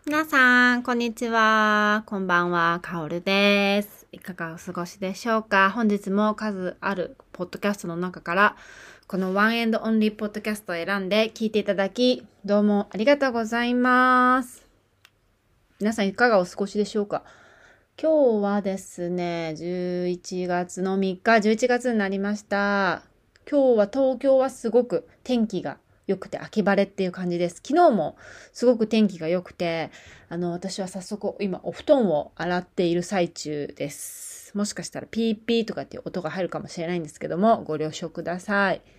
皆さん、こんにちは。こんばんは、かおるです。いかがお過ごしでしょうか？本日も数あるポッドキャストの中から、このワンエンドオンリーポッドキャストを選んで聞いていただき、どうもありがとうございます。皆さん、いかがお過ごしでしょうか？今日はですね、11月の3日、11月になりました。今日は東京はすごく天気が良くて秋晴れっていう感じです。昨日もすごく天気が良くて、私は早速今お布団を洗っている最中です。もしかしたらピーピーとかっていう音が入るかもしれないんですけども、ご了承ください。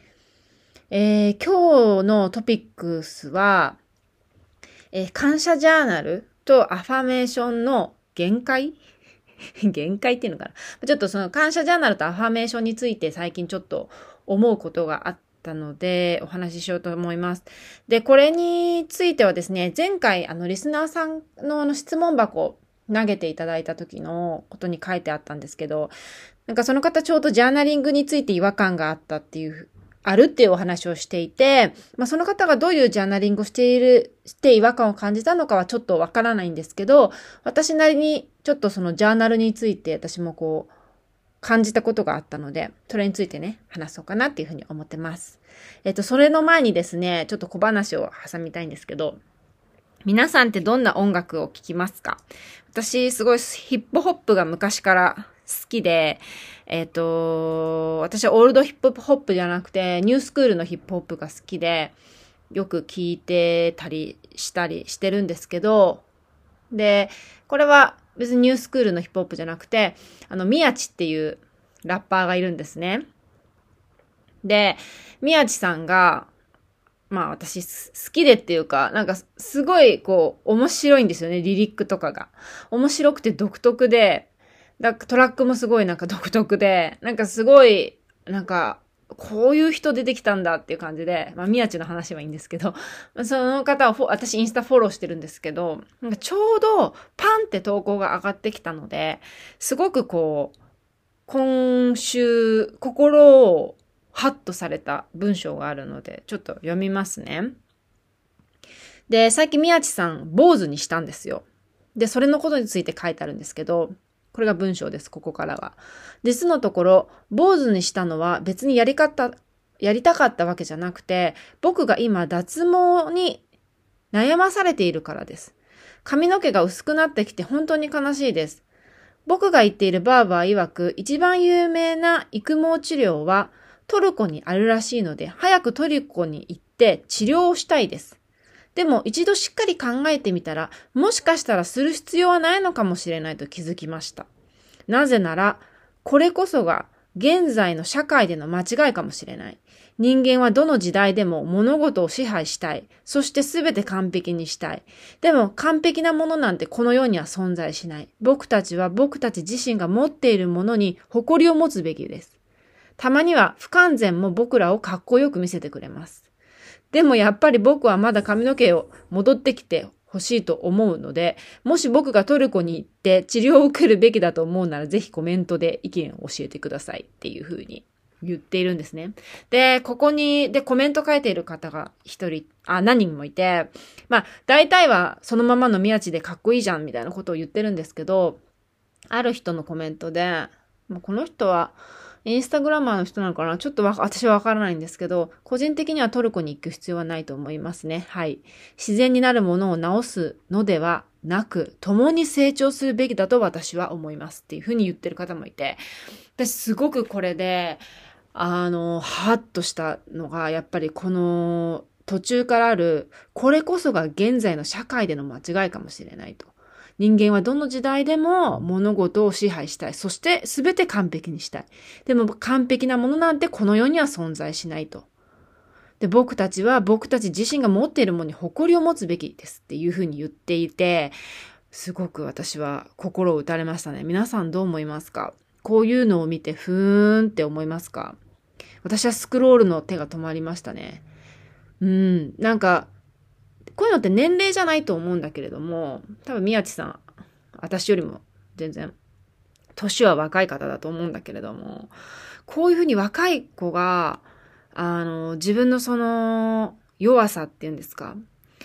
今日のトピックスは、感謝ジャーナルとアファメーションの限界限界っていうのかな。ちょっとその感謝ジャーナルとアファメーションについて最近ちょっと思うことがあったのでお話ししようと思います。で、これについてはですね、前回リスナーさんの質問箱を投げていただいた時のことに書いてあったんですけど、なんかその方ちょうどジャーナリングについて違和感があるっていうお話をしていて、その方がどういうジャーナリングをして違和感を感じたのかはちょっとわからないんですけど、私なりにちょっとそのジャーナルについて私も感じたことがあったので、それについてね、話そうかなっていうふうに思ってます。それの前にですね、ちょっと小話を挟みたいんですけど、皆さんってどんな音楽を聴きますか？私、すごいヒップホップが昔から好きで、私はオールドヒップホップじゃなくて、ニュースクールのヒップホップが好きで、よく聴いてたりしたりしてるんですけど、で、これは別にニュースクールのヒップホップじゃなくて、宮地っていうラッパーがいるんですね。で、宮地さんが、私好きでっていうか、なんかすごい面白いんですよね、リリックとかが。面白くて独特で、トラックもすごいなんか独特で、なんかすごい、なんか、こういう人出てきたんだっていう感じで、宮地の話はいいんですけど、その方を私インスタフォローしてるんですけど、なんかちょうどパンって投稿が上がってきたので、すごく今週、心をハッとされた文章があるので、ちょっと読みますね。で、最近宮地さん、坊主にしたんですよ。で、それのことについて書いてあるんですけど、これが文章です、ここからは。実のところ、坊主にしたのは別にやりたかったわけじゃなくて、僕が今脱毛に悩まされているからです。髪の毛が薄くなってきて本当に悲しいです。僕が言っているバーバー曰く、一番有名な育毛治療はトルコにあるらしいので、早くトルコに行って治療をしたいです。でも一度しっかり考えてみたら、もしかしたらする必要はないのかもしれないと気づきました。なぜなら、これこそが現在の社会での間違いかもしれない。人間はどの時代でも物事を支配したい。そしてすべて完璧にしたい。でも完璧なものなんてこの世には存在しない。僕たちは僕たち自身が持っているものに誇りを持つべきです。たまには不完全も僕らをかっこよく見せてくれます。でもやっぱり僕はまだ髪の毛を戻ってきて欲しいと思うので、もし僕がトルコに行って治療を受けるべきだと思うならぜひコメントで意見を教えてくださいっていう風に言っているんですね。で、コメント書いている方が何人もいて、大体はそのままの宮地でかっこいいじゃんみたいなことを言ってるんですけど、ある人のコメントで、この人はインスタグラマーの人なのかな？ちょっと私はわからないんですけど、個人的にはトルコに行く必要はないと思いますね。はい。自然になるものを直すのではなく、共に成長するべきだと私は思いますっていうふうに言ってる方もいて、私すごくこれで、ハッとしたのが、やっぱりこの途中からある、これこそが現在の社会での間違いかもしれないと。人間はどの時代でも物事を支配したい。そして全て完璧にしたい。でも完璧なものなんてこの世には存在しないと。で、僕たちは僕たち自身が持っているものに誇りを持つべきですっていうふうに言っていて、すごく私は心を打たれましたね。皆さんどう思いますか？こういうのを見てふーんって思いますか？私はスクロールの手が止まりましたね。なんか、こういうのって年齢じゃないと思うんだけれども、多分宮地さん、私よりも全然、年は若い方だと思うんだけれども、こういうふうに若い子が、自分のその弱さっていうんですか、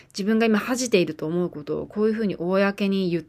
自分が今恥じていると思うことをこういうふうに公に言って、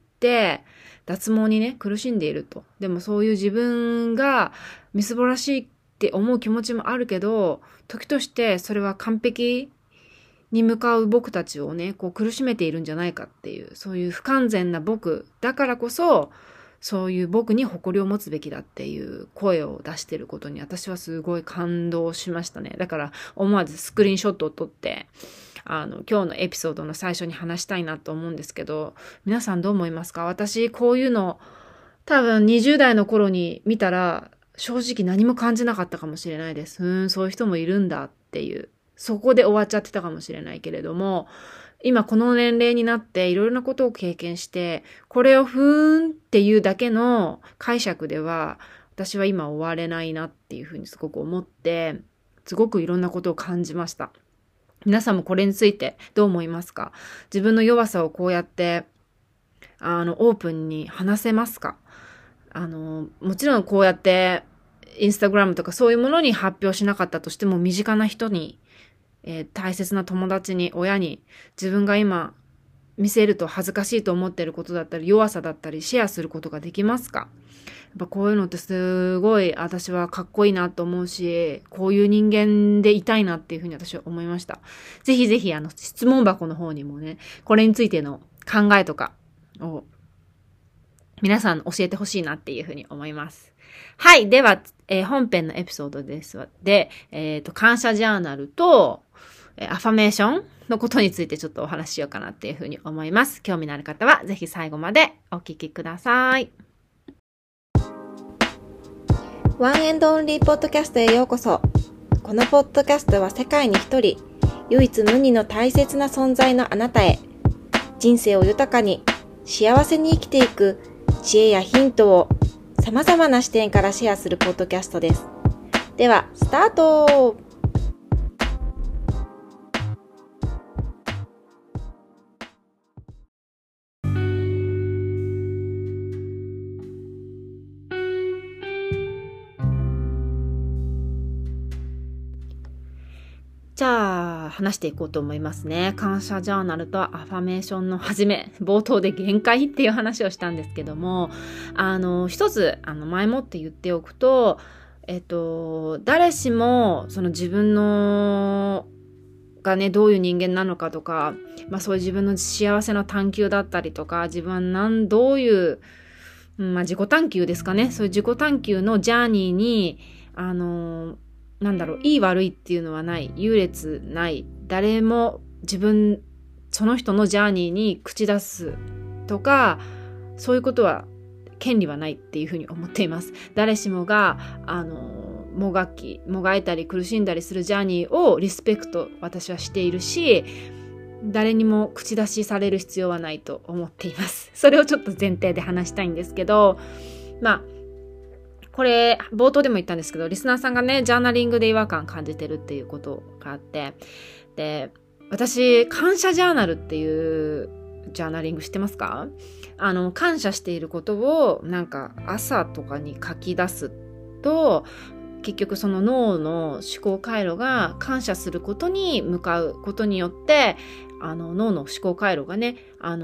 脱毛にね、苦しんでいると。でもそういう自分がみすぼらしいって思う気持ちもあるけど、時としてそれは完璧に向かう僕たちをね、こう苦しめているんじゃないかっていう、そういう不完全な僕だからこそ、そういう僕に誇りを持つべきだっていう声を出していることに私はすごい感動しましたね。だから思わずスクリーンショットを撮って、今日のエピソードの最初に話したいなと思うんですけど、皆さんどう思いますか？私こういうの多分20代の頃に見たら正直何も感じなかったかもしれないです。そういう人もいるんだっていう。そこで終わっちゃってたかもしれないけれども、今この年齢になっていろいろなことを経験して、これをふーんっていうだけの解釈では、私は今終われないなっていうふうにすごく思って、すごくいろんなことを感じました。皆さんもこれについてどう思いますか？自分の弱さをこうやって、オープンに話せますか？もちろんこうやって、インスタグラムとかそういうものに発表しなかったとしても、身近な人に、大切な友達に、親に、自分が今見せると恥ずかしいと思っていることだったり、弱さだったり、シェアすることができますか？やっぱこういうのってすごい私はかっこいいなと思うし、こういう人間でいたいなっていうふうに私は思いました。ぜひぜひ質問箱の方にもね、これについての考えとかを皆さん教えてほしいなっていうふうに思います。はい。では、本編のエピソードです。で、感謝ジャーナルと、アファメーションのことについてちょっとお話ししようかなっていうふうに思います。興味のある方はぜひ最後までお聞きください。 ワンエンドオンリーポッドキャストへようこそ。このポッドキャストは世界に一人、唯一無二の大切な存在のあなたへ、人生を豊かに、幸せに生きていく知恵やヒントを様々な視点からシェアするポッドキャストです。では、スタート！ じゃあ、話していこうと思いますね。感謝ジャーナルとアファメーションの始め、冒頭で限界っていう話をしたんですけども、一つ、前もって言っておくと、誰しも、その自分の、がね、どういう人間なのかとか、そういう自分の幸せの探求だったりとか、自分はどういう、自己探求ですかね。そういう自己探求のジャーニーに、いい悪いっていうのはない。優劣ない。誰もその人のジャーニーに口出すとか、そういうことは、権利はないっていうふうに思っています。誰しもが、もがいたり苦しんだりするジャーニーをリスペクト私はしているし、誰にも口出しされる必要はないと思っています。それをちょっと前提で話したいんですけど、これ、冒頭でも言ったんですけど、リスナーさんがね、ジャーナリングで違和感感じてるっていうことがあって、で、私、感謝ジャーナルっていうジャーナリング知ってますか？感謝していることを、朝とかに書き出すと、結局その脳の思考回路が感謝することに向かうことによって、脳の思考回路がね、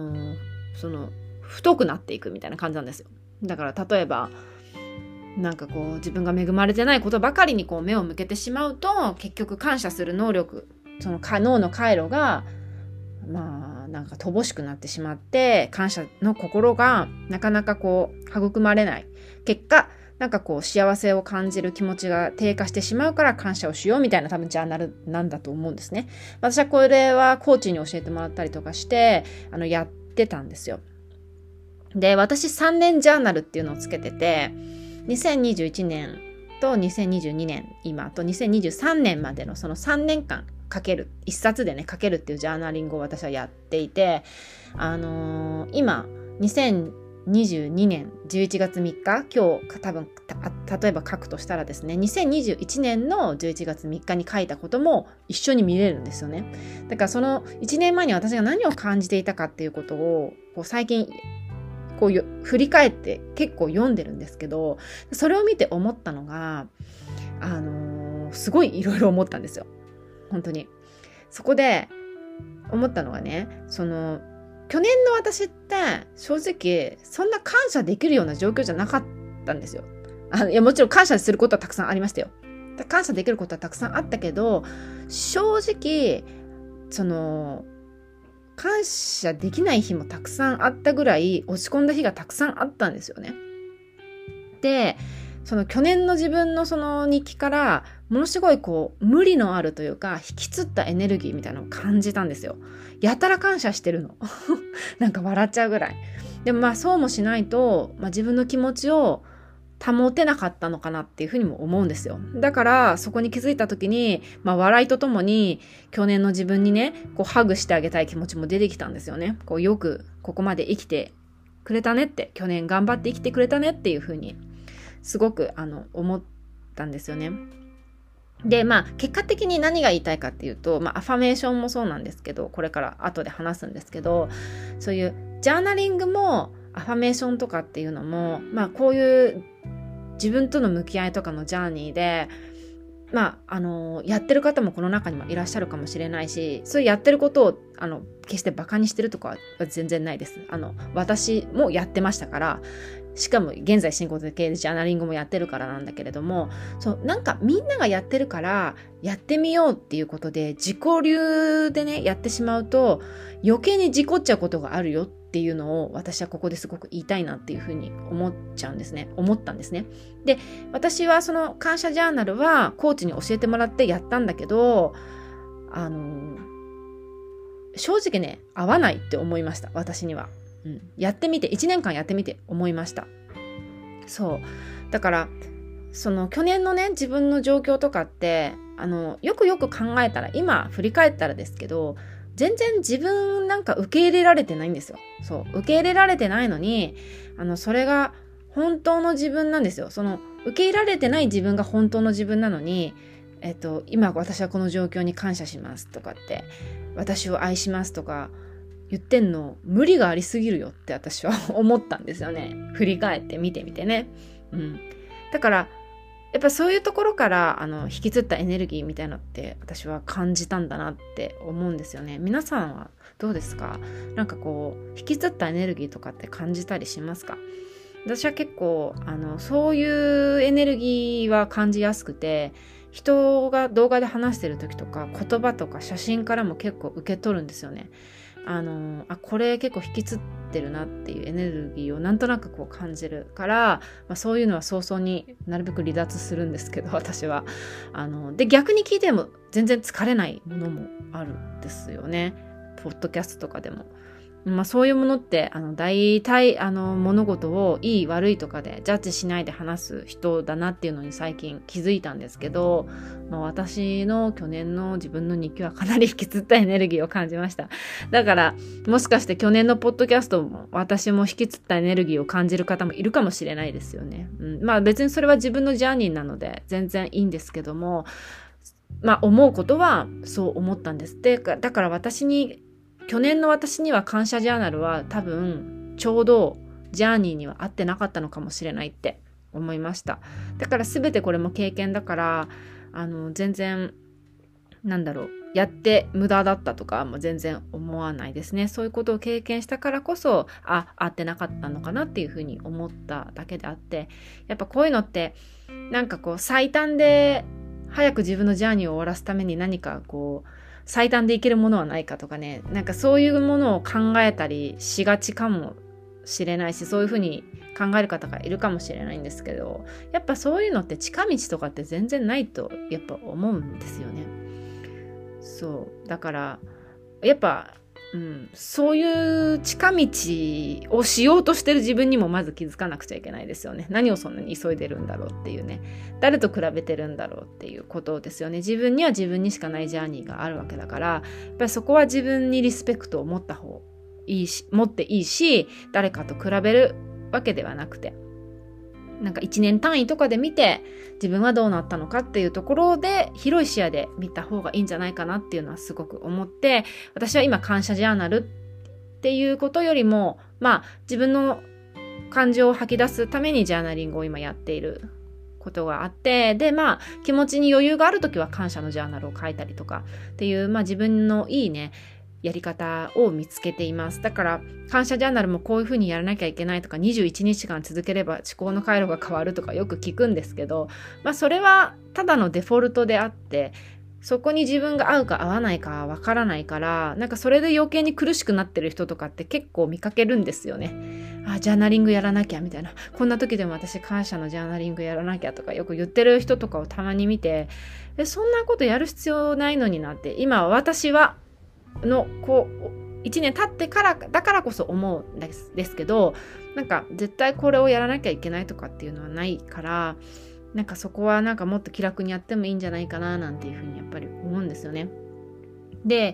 太くなっていくみたいな感じなんですよ。だから例えば、自分が恵まれてないことばかりに目を向けてしまうと、結局感謝する能力、その脳の回路が、乏しくなってしまって、感謝の心がなかなか育まれない。結果、幸せを感じる気持ちが低下してしまうから感謝をしようみたいな多分ジャーナルなんだと思うんですね。私はこれはコーチに教えてもらったりとかして、やってたんですよ。で、私3年ジャーナルっていうのをつけてて、2021年と2022年、今と2023年までのその3年間書ける、一冊でね、書けるっていうジャーナリングを私はやっていて、今、2022年11月3日、今日多分、例えば書くとしたらですね、2021年の11月3日に書いたことも一緒に見れるんですよね。だからその1年前に私が何を感じていたかっていうことを、最近、振り返って結構読んでるんですけど、それを見て思ったのが、すごいいろいろ思ったんですよ。本当に。そこで、 思ったのがね、去年の私って正直そんな感謝できるような状況じゃなかったんですよ。いやもちろん感謝することはたくさんありましたよ。感謝できることはたくさんあったけど、正直感謝できない日もたくさんあったぐらい落ち込んだ日がたくさんあったんですよね。で、去年の自分の日記からものすごい無理のあるというか引きつったエネルギーみたいなのを感じたんですよ。やたら感謝してるのなんか笑っちゃうぐらい。でもそうもしないと、自分の気持ちを保てなかったのかなっていうふうにも思うんですよ。だからそこに気づいた時に、笑いとともに去年の自分にねハグしてあげたい気持ちも出てきたんですよね。よくここまで生きてくれたねって、去年頑張って生きてくれたねっていうふうにすごく思ったんですよね。で結果的に何が言いたいかっていうと、アファメーションもそうなんですけど、これから後で話すんですけど、そういうジャーナリングもアファメーションとかっていうのもこういう自分との向き合いとかのジャーニーでやってる方もこの中にもいらっしゃるかもしれないし、そういうやってることを決してバカにしてるとかは全然ないです。私もやってましたから、しかも現在進行形でジャーナリングもやってるからなんだけれども、なんかみんながやってるからやってみようっていうことで自己流でねやってしまうと余計に事故っちゃうことがあるよっていうのを私はここですごく言いたいなっていうふうに思ったんですね。で、私は感謝ジャーナルはコーチに教えてもらってやったんだけど、正直ね合わないって思いました、私には。やってみて1年間やってみて思いました。そうだから去年のね自分の状況とかってよくよく考えたら、今振り返ったらですけど、全然自分なんか受け入れられてないんですよ。受け入れられてないのにそれが本当の自分なんですよ。受け入れられてない自分が本当の自分なのに、今私はこの状況に感謝しますとかって、私を愛しますとか言ってんの無理がありすぎるよって私は思ったんですよね。振り返って見てみてね。だからやっぱそういうところから引きつったエネルギーみたいなのって私は感じたんだなって思うんですよね。皆さんはどうですか？なんか引きつったエネルギーとかって感じたりしますか？私は結構そういうエネルギーは感じやすくて、人が動画で話してる時とか言葉とか写真からも結構受け取るんですよね。これ結構引きつってるなっていうエネルギーをなんとなく感じるから、そういうのは早々になるべく離脱するんですけど、私はで逆に聞いても全然疲れないものもあるんですよね。ポッドキャストとかでもそういうものって大体物事をいい悪いとかでジャッジしないで話す人だなっていうのに最近気づいたんですけど、私の去年の自分の日記はかなり引きつったエネルギーを感じました。だからもしかして去年のポッドキャストも私も引きつったエネルギーを感じる方もいるかもしれないですよね。別にそれは自分のジャーニーなので全然いいんですけども、思うことはそう思ったんです。だから去年の私には感謝ジャーナルは多分ちょうどジャーニーには合ってなかったのかもしれないって思いました。だから全てこれも経験だから全然やって無駄だったとかも全然思わないですね。そういうことを経験したからこそ合ってなかったのかなっていうふうに思っただけであって、やっぱこういうのって最短で早く自分のジャーニーを終わらすために何か最短でいけるものはないかとかね、そういうものを考えたりしがちかもしれないし、そういうふうに考える方がいるかもしれないんですけど、やっぱそういうのって近道とかって全然ないとやっぱ思うんですよね。だからやっぱそういう近道をしようとしてる自分にもまず気づかなくちゃいけないですよね。何をそんなに急いでるんだろうっていうね、誰と比べてるんだろうっていうことですよね。自分には自分にしかないジャーニーがあるわけだから、やっぱりそこは自分にリスペクトを持っていいし、誰かと比べるわけではなくて、1年単位とかで見て自分はどうなったのかっていうところで広い視野で見た方がいいんじゃないかなっていうのはすごく思って、私は今感謝ジャーナルっていうことよりも自分の感情を吐き出すためにジャーナリングを今やっていることがあって、で気持ちに余裕があるときは感謝のジャーナルを書いたりとかっていう自分のいいねやり方を見つけています。だから感謝ジャーナルもこういうふうにやらなきゃいけないとか、21日間続ければ思考の回路が変わるとかよく聞くんですけど、それはただのデフォルトであって、そこに自分が合うか合わないかわからないから、それで余計に苦しくなってる人とかって結構見かけるんですよね。ジャーナリングやらなきゃみたいな、こんな時でも私感謝のジャーナリングやらなきゃとかよく言ってる人とかをたまに見て、そんなことやる必要ないのになって、今私は1年経ってからだからこそ思うんですけど、絶対これをやらなきゃいけないとかっていうのはないから、そこはもっと気楽にやってもいいんじゃないかななんていうふうにやっぱり思うんですよね。で、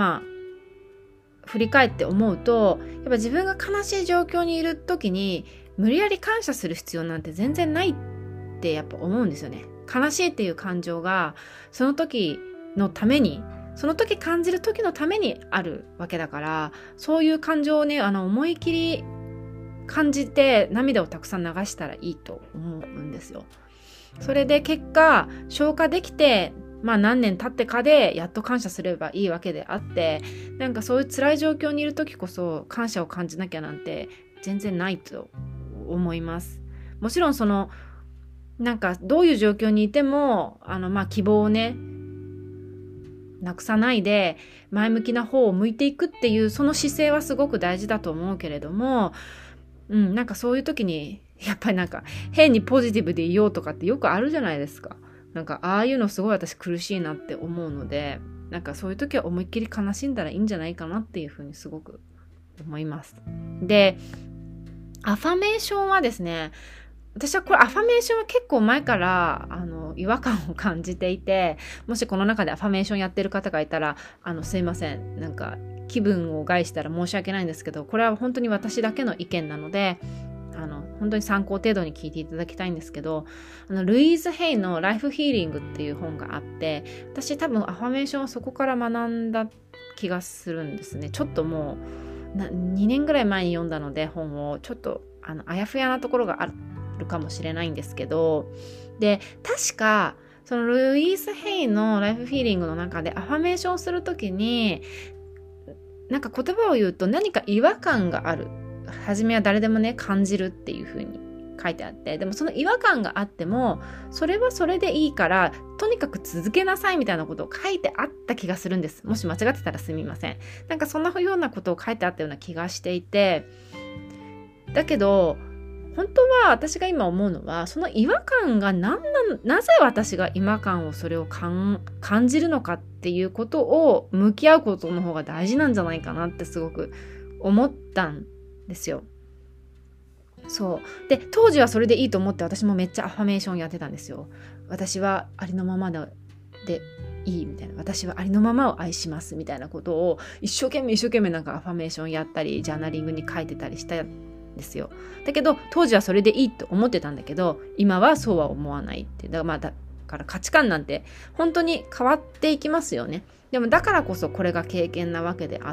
振り返って思うと、やっぱ自分が悲しい状況にいる時に無理やり感謝する必要なんて全然ないってやっぱ思うんですよね。悲しいっていう感情がその時のために、その時感じる時のためにあるわけだから、そういう感情をね、思い切り感じて涙をたくさん流したらいいと思うんですよ。それで結果消化できて、何年経ってかでやっと感謝すればいいわけであって、そういう辛い状況にいる時こそ感謝を感じなきゃなんて全然ないと思います。もちろんどういう状況にいても希望をねなくさないで前向きな方を向いていくっていうその姿勢はすごく大事だと思うけれども、そういう時にやっぱり変にポジティブでいようとかってよくあるじゃないですか。ああいうのすごい私苦しいなって思うので、そういう時は思いっきり悲しんだらいいんじゃないかなっていうふうにすごく思います。で、アファメーションはですね、私はこれアファメーションは結構前から違和感を感じていて、もしこの中でアファメーションやってる方がいたらすいません、気分を害したら申し訳ないんですけど、これは本当に私だけの意見なので本当に参考程度に聞いていただきたいんですけど、ルイーズ・ヘイのライフヒーリングっていう本があって、私多分アファメーションはそこから学んだ気がするんですね。ちょっともう2年ぐらい前に読んだので本をちょっとあやふやなところがあるかもしれないんですけど、で確かそのルイーズ・ヘイのライフヒーリングの中でアファメーションするときに言葉を言うと何か違和感がある、初めは誰でもね感じるっていう風に書いてあって、でもその違和感があってもそれはそれでいいからとにかく続けなさいみたいなことを書いてあった気がするんです。もし間違ってたらすみません。そんなようなことを書いてあったような気がしていて、だけど本当は私が今思うのは、その違和感がなぜ私が違和感をそれを感じるのかっていうことを向き合うことの方が大事なんじゃないかなってすごく思ったんですよ。そうで、当時はそれでいいと思って私もめっちゃアファメーションやってたんですよ。私はありのままでいいみたいな、私はありのままを愛しますみたいなことを一生懸命アファメーションやったりジャーナリングに書いてたりしたんですよ。だけど当時はそれでいいと思ってたんだけど、今はそうは思わないって。だから価値観なんて本当に変わっていきますよね。でもだからこそこれが経験なわけであって、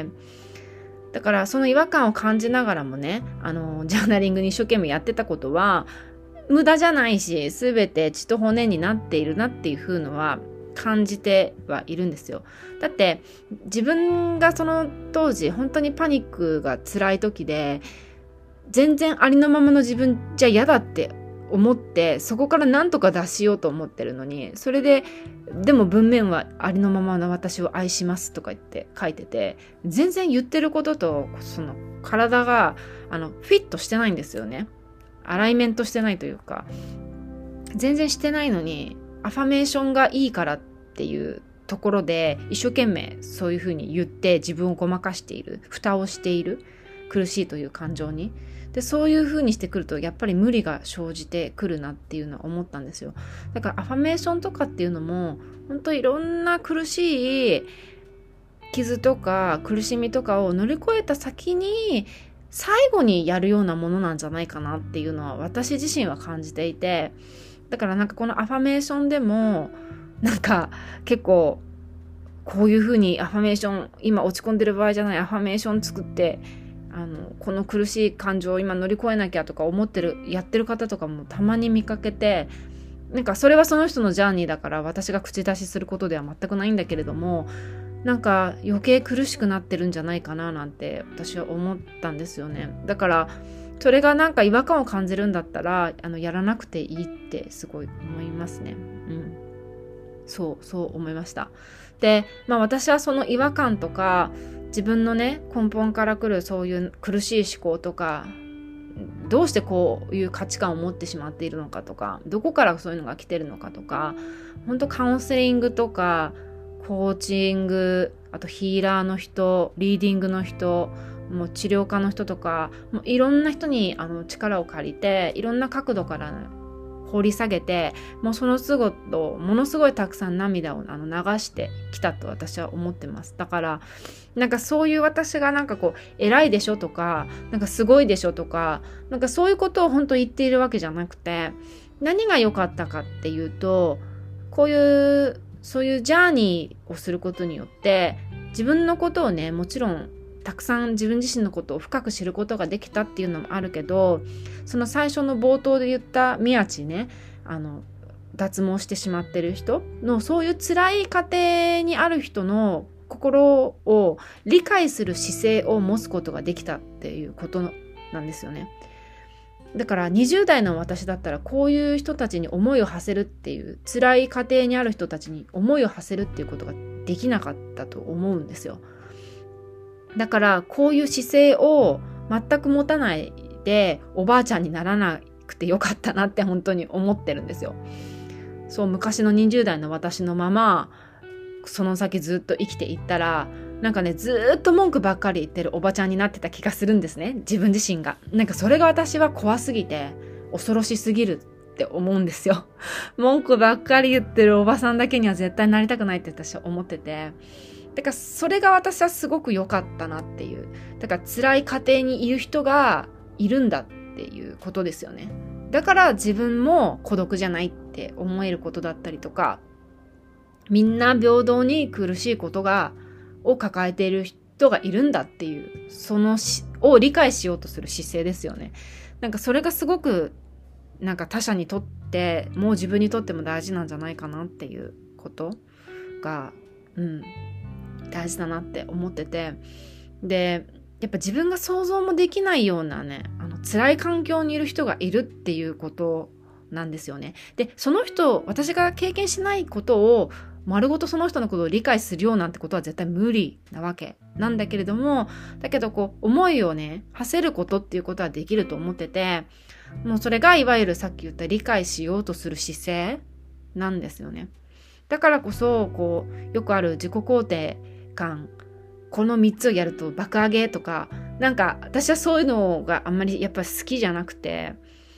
だからその違和感を感じながらもね、ジャーナリングに一生懸命やってたことは無駄じゃないし、全て血と骨になっているなっていう風のは感じてはいるんですよ。だって自分がその当時本当にパニックが辛い時で、全然ありのままの自分じゃ嫌だって思ってそこから何とか出しようと思ってるのに、それででも文面はありのままの私を愛しますとか言って書いてて、全然言ってることとその体がフィットしてないんですよね。アライメントしてないというか、全然してないのにアファメーションがいいからっていうところで一生懸命そういうふうに言って自分をごまかしている、蓋をしている、苦しいという感情に。でそういう風にしてくるとやっぱり無理が生じてくるなっていうのは思ったんですよ。だからアファメーションとかっていうのも本当いろんな苦しい傷とか苦しみとかを乗り越えた先に最後にやるようなものなんじゃないかなっていうのは私自身は感じていて、だからこのアファメーションでも結構こういう風にアファメーション、今落ち込んでる場合じゃない、アファメーション作ってこの苦しい感情を今乗り越えなきゃとかやってる方とかもたまに見かけて、それはその人のジャーニーだから私が口出しすることでは全くないんだけれども、 なんか余計苦しくなってるんじゃないかななんて私は思ったんですよね。だからそれがなんか違和感を感じるんだったらやらなくていいってすごい思いますね。そう思いました。で、私はその違和感とか自分のね根本から来るそういう苦しい思考とか、どうしてこういう価値観を持ってしまっているのかとか、どこからそういうのが来てるのかとか、本当カウンセリングとかコーチング、あとヒーラーの人、リーディングの人、もう治療家の人とか、もういろんな人に力を借りて、いろんな角度から掘り下げて、もうその都度ものすごいたくさん涙を流してきたと私は思ってます。だからなんかそういう私がなんかこう偉いでしょとか、なんかすごいでしょとか、なんかそういうことを本当言っているわけじゃなくて、何が良かったかっていうと、そういうジャーニーをすることによって自分のことをね、もちろんたくさん自分自身のことを深く知ることができたっていうのもあるけど、その最初の冒頭で言った宮地ね、脱毛してしまってる人のそういう辛い過程にある人の心を理解する姿勢を持つことができたっていうことなんですよね。だから20代の私だったらこういう人たちに思いを馳せるっていう、辛い過程にある人たちに思いを馳せるっていうことができなかったと思うんですよ。だからこういう姿勢を全く持たないでおばあちゃんにならなくてよかったなって本当に思ってるんですよ。そう、昔の20代の私のままその先ずっと生きていったら、なんかね、ずっと文句ばっかり言ってるおばちゃんになってた気がするんですね、自分自身が。なんかそれが私は怖すぎて恐ろしすぎるって思うんですよ。文句ばっかり言ってるおばさんだけには絶対なりたくないって私は思ってて、だからそれが私はすごく良かったなっていう。だから辛い家庭にいる人がいるんだっていうことですよね。だから自分も孤独じゃないって思えることだったりとか、みんな平等に苦しいことを抱えている人がいるんだっていう、を理解しようとする姿勢ですよね。なんかそれがすごくなんか他者にとっても自分にとっても大事なんじゃないかなっていうことが、大事だなって思ってて、でやっぱ自分が想像もできないようなね、辛い環境にいる人がいるっていうことなんですよね。でその人、私が経験しないことを丸ごとその人のことを理解するようなんてことは絶対無理なわけなんだけれども、だけどこう思いをね馳せることっていうことはできると思ってて、もうそれがいわゆるさっき言った理解しようとする姿勢なんですよね。だからこそこうよくある自己肯定感、この3つをやると爆上げとか、なんか私はそういうのがあんまりやっぱり好きじゃなくて、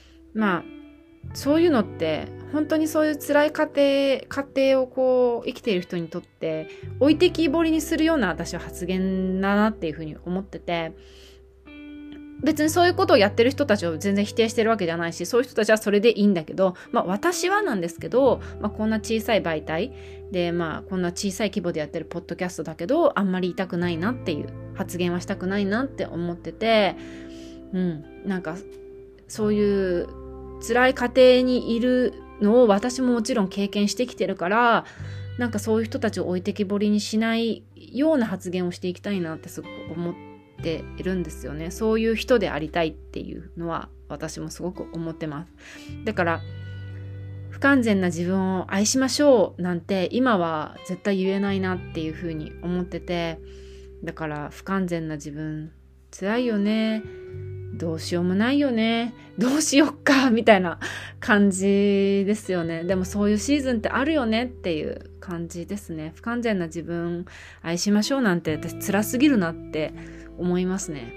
そういうのって本当にそういう辛い過程をこう生きている人にとって置いてきぼりにするような私は発言だなっていうふうに思ってて、別にそういうことをやってる人たちを全然否定してるわけじゃないし、そういう人たちはそれでいいんだけど、私はなんですけど、こんな小さい媒体で、こんな小さい規模でやってるポッドキャストだけど、あんまり言いたくないなっていう発言はしたくないなって思ってて、なんかそういう辛い家庭にいるのを私ももちろん経験してきてるから、なんかそういう人たちを置いてきぼりにしないような発言をしていきたいなってすごく思っているんですよね。そういう人でありたいっていうのは私もすごく思ってます。だから不完全な自分を愛しましょうなんて今は絶対言えないなっていうふうに思ってて、だから不完全な自分辛いよね、どうしようもないよね、どうしよっかみたいな感じですよね。でもそういうシーズンってあるよねっていう感じですね。不完全な自分愛しましょうなんて私辛すぎるなって思いますね。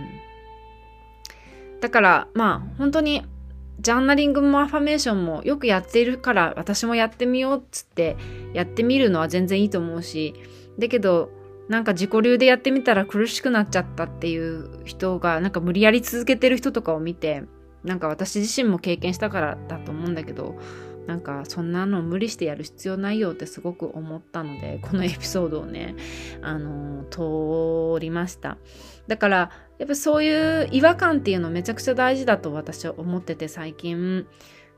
だから本当にジャーナリングもアファメーションもよくやっているから私もやってみようっつってやってみるのは全然いいと思うし、だけどなんか自己流でやってみたら苦しくなっちゃったっていう人がなんか無理やり続けてる人とかを見て、なんか私自身も経験したからだと思うんだけど、なんかそんなの無理してやる必要ないよってすごく思ったので、このエピソードをね通りました。だからやっぱそういう違和感っていうのめちゃくちゃ大事だと私は思ってて、最近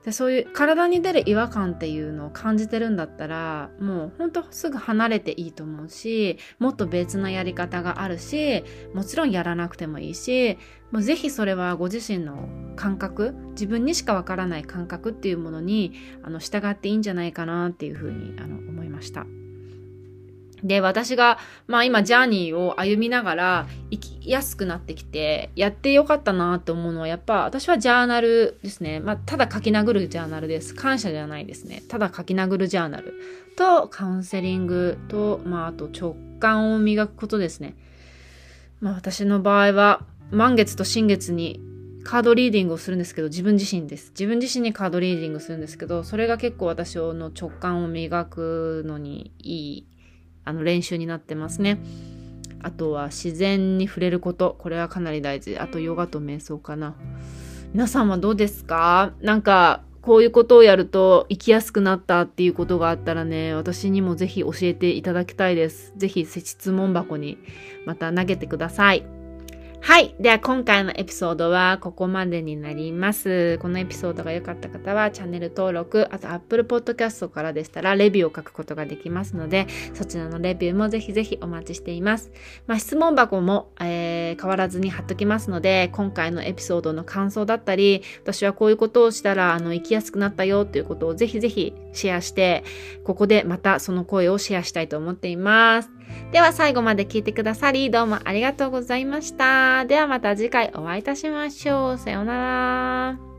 で、そういう体に出る違和感っていうのを感じてるんだったら、もうほんとすぐ離れていいと思うし、もっと別なやり方があるし、もちろんやらなくてもいいし、もうぜひそれはご自身の感覚、自分にしかわからない感覚っていうものに従っていいんじゃないかなっていうふうに思いました。で、私が、今、ジャーニーを歩みながら生きやすくなってきて、やってよかったなと思うのは、やっぱ、私はジャーナルですね。ただ書き殴るジャーナルです。感謝じゃないですね。ただ書き殴るジャーナルと、カウンセリングと、あと直感を磨くことですね。私の場合は、満月と新月にカードリーディングをするんですけど、自分自身です。自分自身にカードリーディングするんですけど、それが結構私の直感を磨くのにいい、練習になってますね。あとは自然に触れること。これはかなり大事。あとヨガと瞑想かな。皆さんはどうですか？なんかこういうことをやると生きやすくなったっていうことがあったらね、私にもぜひ教えていただきたいです。ぜひ質問箱にまた投げてください。はい。では今回のエピソードはここまでになります。このエピソードが良かった方はチャンネル登録、あと Apple Podcast からでしたらレビューを書くことができますので、そちらのレビューもぜひぜひお待ちしています。質問箱も、変わらずに貼っときますので、今回のエピソードの感想だったり、私はこういうことをしたら生きやすくなったよということをぜひぜひシェアして、ここでまたその声をシェアしたいと思っています。では最後まで聞いてくださりどうもありがとうございました。ではまた次回お会いいたしましょう。さようなら。